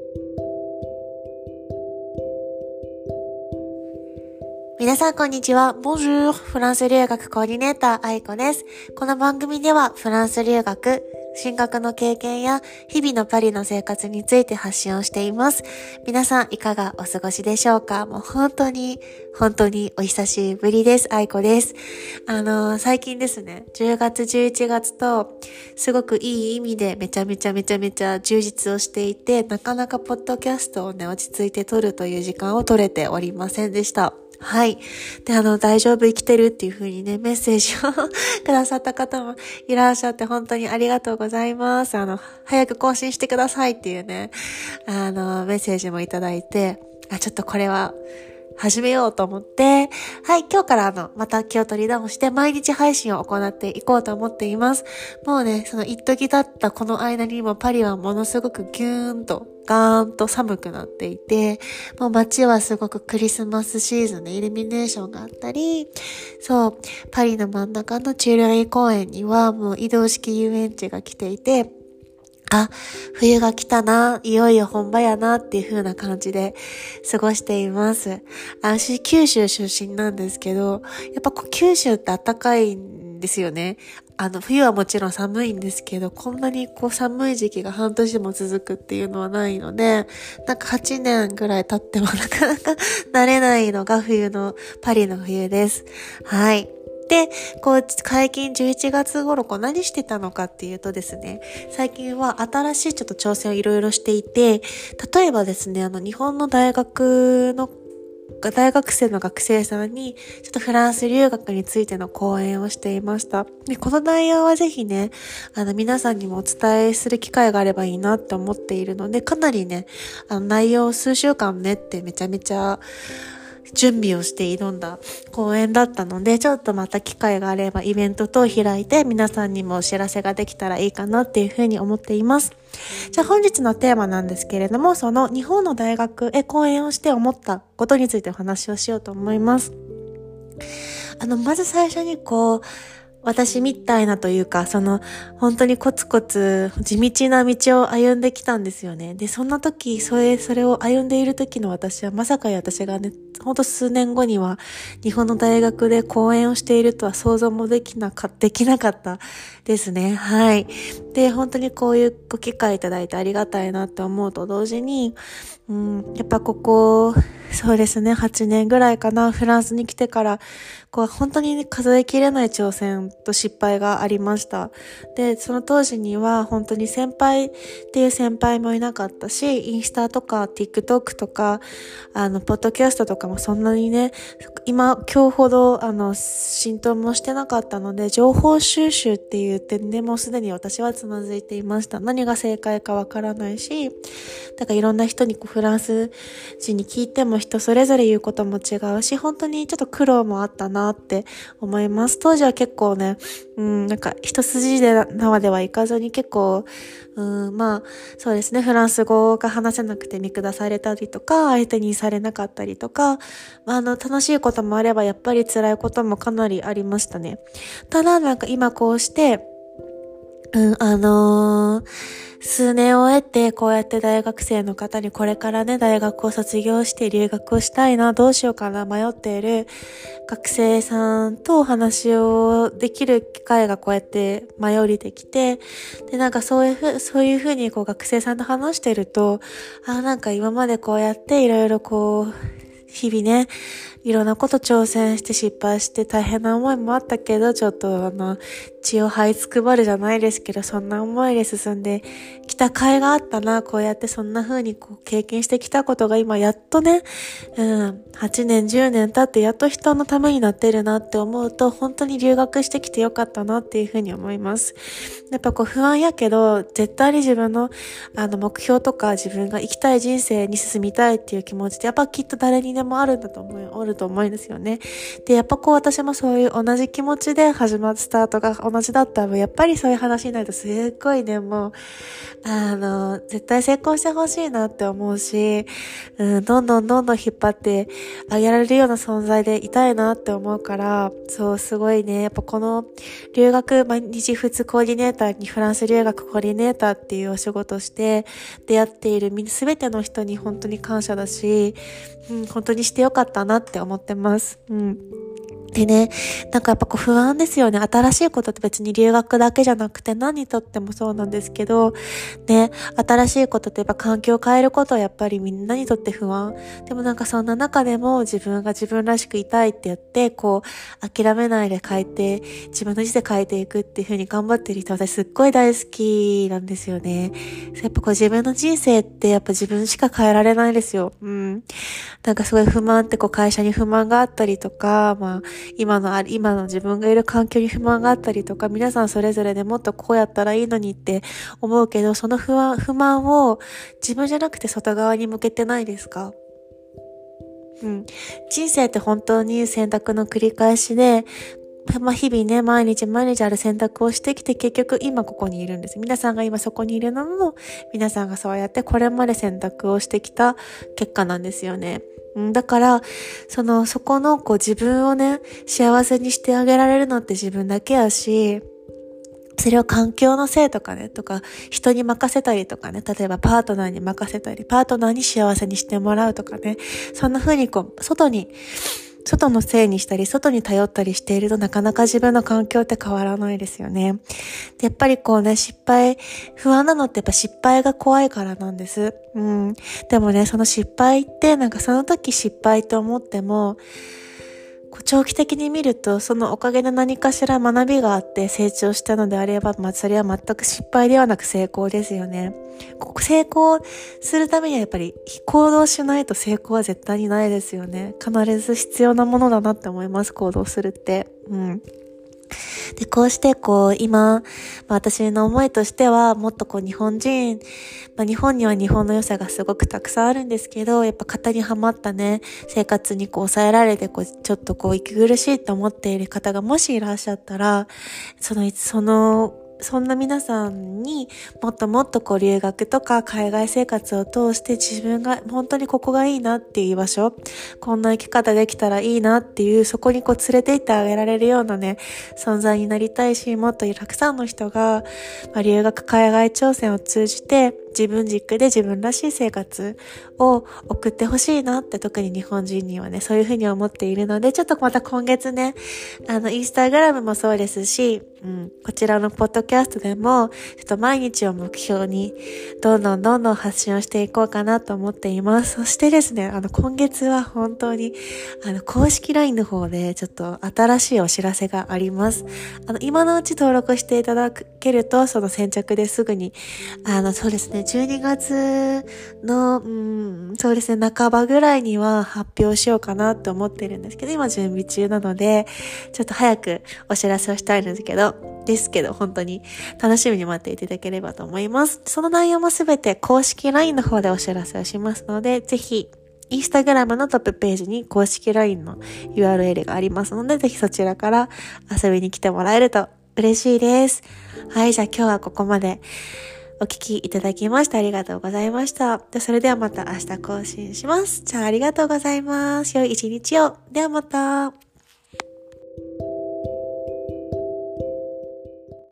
皆さんこんにちは。Bonjour! フランス留学コーディネーター、愛子です。この番組ではフランス留学、進学の経験や日々のパリの生活について発信をしています。皆さんいかがお過ごしでしょうか？もう本当にお久しぶりです。愛子です。最近ですね、10月、11月とすごくいい意味でめちゃめちゃ充実をしていて、なかなかポッドキャストをね、落ち着いて撮るという時間を取れておりませんでした。はい。で、大丈夫生きてるっていう風にね、メッセージをくださった方もいらっしゃって本当にありがとうございます。早く更新してくださいっていうね、メッセージもいただいて、ちょっとこれは始めようと思って、はい、今日からまた気を取り直して毎日配信を行っていこうと思っています。もうね、その一時経ったこの間にもパリはものすごくギューンとガーンと寒くなっていて、もう街はすごくクリスマスシーズンでイルミネーションがあったり、そう、パリの真ん中のチュールイ公園にはもう移動式遊園地が来ていて、冬が来たな、いよいよ本場やなっていう風な感じで過ごしています。私、九州出身なんですけど、やっぱ九州って暖かいんですよね。冬はもちろん寒いんですけど、こんなに寒い時期が半年も続くっていうのはないので、なんか8年ぐらい経ってもなかなか慣れないのがパリの冬です。はい。で、解禁11月頃何してたのかっていうとですね、最近は新しいちょっと挑戦をいろいろしていて、例えばですね、日本の大学生の学生さんに、ちょっとフランス留学についての講演をしていました。で、この内容はぜひね、皆さんにもお伝えする機会があればいいなって思っているので、かなりね、内容を数週間ねってめちゃめちゃ、準備をして挑んだ講演だったので、ちょっとまた機会があればイベント等を開いて皆さんにもお知らせができたらいいかなっていうふうに思っています。じゃあ本日のテーマなんですけれども、その日本の大学へ講演をして思ったことについてお話をしようと思います。まず最初に私みたいなというか、本当にコツコツ地道な道を歩んできたんですよね。で、そんな時、それを歩んでいる時の私は、まさか私がね、ほんと数年後には日本の大学で講演をしているとは想像もできなかったですね。はい。で、本当にこういうご機会いただいてありがたいなって思うと同時に、やっぱそうですね、8年ぐらいかな、フランスに来てから、本当に数えきれない挑戦と失敗がありました。で、その当時には本当に先輩っていう先輩もいなかったし、インスタとか TikTok とか、ポッドキャストとかもそんなにね、今日ほど、浸透もしてなかったので、情報収集っていう点でもうすでに私はつまずいていました。何が正解かわからないし、だからいろんな人にフランス人に聞いても人それぞれ言うことも違うし、本当にちょっと苦労もあったなって思います。当時は結構ね、なんか一筋縄ではいかずに結構、そうですね、フランス語が話せなくて見下されたりとか、相手にされなかったりとか、楽しいこともあればやっぱり辛いこともかなりありましたね。ただなんか今こうして、数年を経て、こうやって大学生の方にこれからね、大学を卒業して留学をしたいな、どうしようかな、迷っている学生さんとお話をできる機会がこうやって舞い降りてきて、で、なんかそういうふうに学生さんと話してると、なんか今までこうやっていろいろ日々ね、いろんなこと挑戦して失敗して大変な思いもあったけど、ちょっと血を這いつくばるじゃないですけど、そんな思いで進んできた甲斐があったな、こうやってそんな風に経験してきたことが今やっとね、8年、10年経ってやっと人のためになってるなって思うと、本当に留学してきてよかったなっていう風に思います。やっぱ不安やけど、絶対に自分の目標とか自分が生きたい人生に進みたいっていう気持ちってやっぱきっと誰にでもあると思うんですよね。で、やっぱ私もそういう同じ気持ちでスタートが同じだったら、やっぱりそういう話になるとすっごいね、もう、絶対成功してほしいなって思うし、どんどん引っ張ってあげられるような存在でいたいなって思うから、そう、すごいね、やっぱこの留学、毎日仏コーディネーターにフランス留学コーディネーターっていうお仕事をして出会っているすべての人に本当に感謝だし、本当にしてよかったなって思ってます。でね、なんかやっぱ不安ですよね。新しいことって別に留学だけじゃなくて何にとってもそうなんですけど、ね、新しいことってやっぱ環境を変えることはやっぱりみんなにとって不安。でもなんかそんな中でも自分が自分らしくいたいって言って、諦めないで変えて、自分の人生変えていくっていう風に頑張ってる人、私すっごい大好きなんですよね。やっぱ自分の人生ってやっぱ自分しか変えられないですよ。なんかすごい不満って会社に不満があったりとか、今の自分がいる環境に不満があったりとか、皆さんそれぞれでもっとこうやったらいいのにって思うけど、その不満を自分じゃなくて外側に向けてないですか？人生って本当に選択の繰り返しで、日々ね、毎日ある選択をしてきて結局今ここにいるんです。皆さんが今そこにいるのも、皆さんがそうやってこれまで選択をしてきた結果なんですよね。だから、そこの自分をね、幸せにしてあげられるのって自分だけやし、それを環境のせいとかね、人に任せたりとかね、例えばパートナーに任せたり、パートナーに幸せにしてもらうとかね、そんな風に外のせいにしたり、外に頼ったりしているとなかなか自分の環境って変わらないですよね。で、やっぱり不安なのってやっぱ失敗が怖いからなんです。でもね、その失敗ってその時失敗と思っても、長期的に見ると、そのおかげで何かしら学びがあって成長したのであれば、それは全く失敗ではなく成功ですよね。成功するためにはやっぱり行動しないと成功は絶対にないですよね。必ず必要なものだなって思います、行動するって。で、こうして今、私の思いとしては、もっと日本人、日本には日本の良さがすごくたくさんあるんですけど、やっぱ型にはまったね、生活に抑えられて、ちょっと息苦しいと思っている方がもしいらっしゃったら、そんな皆さんにもっともっと留学とか海外生活を通して自分が本当にここがいいなっていう場所、こんな生き方できたらいいなっていう、そこに連れて行ってあげられるようなね、存在になりたいし、もっとたくさんの人が、留学海外挑戦を通じて自分軸で自分らしい生活を送ってほしいなって、特に日本人にはね、そういうふうに思っているので、ちょっとまた今月ね、インスタグラムもそうですし、こちらのポッドキャストでも、ちょっと毎日を目標に、どんどん発信をしていこうかなと思っています。そしてですね、今月は本当に、公式 LINE の方で、ちょっと新しいお知らせがあります。今のうち登録していただけると、その先着ですぐに、そうですね、12月の、そうですね、半ばぐらいには発表しようかなと思ってるんですけど、今準備中なので、ちょっと早くお知らせをしたいんですけど、本当に楽しみに待っていただければと思います。その内容もすべて公式 LINE の方でお知らせをしますので、ぜひ、インスタグラムのトップページに公式 LINE の URL がありますので、ぜひそちらから遊びに来てもらえると嬉しいです。はい、じゃあ今日はここまでお聞きいただきましてありがとうございました。それではまた明日更新します。じゃあありがとうございます。良い一日を。ではまた。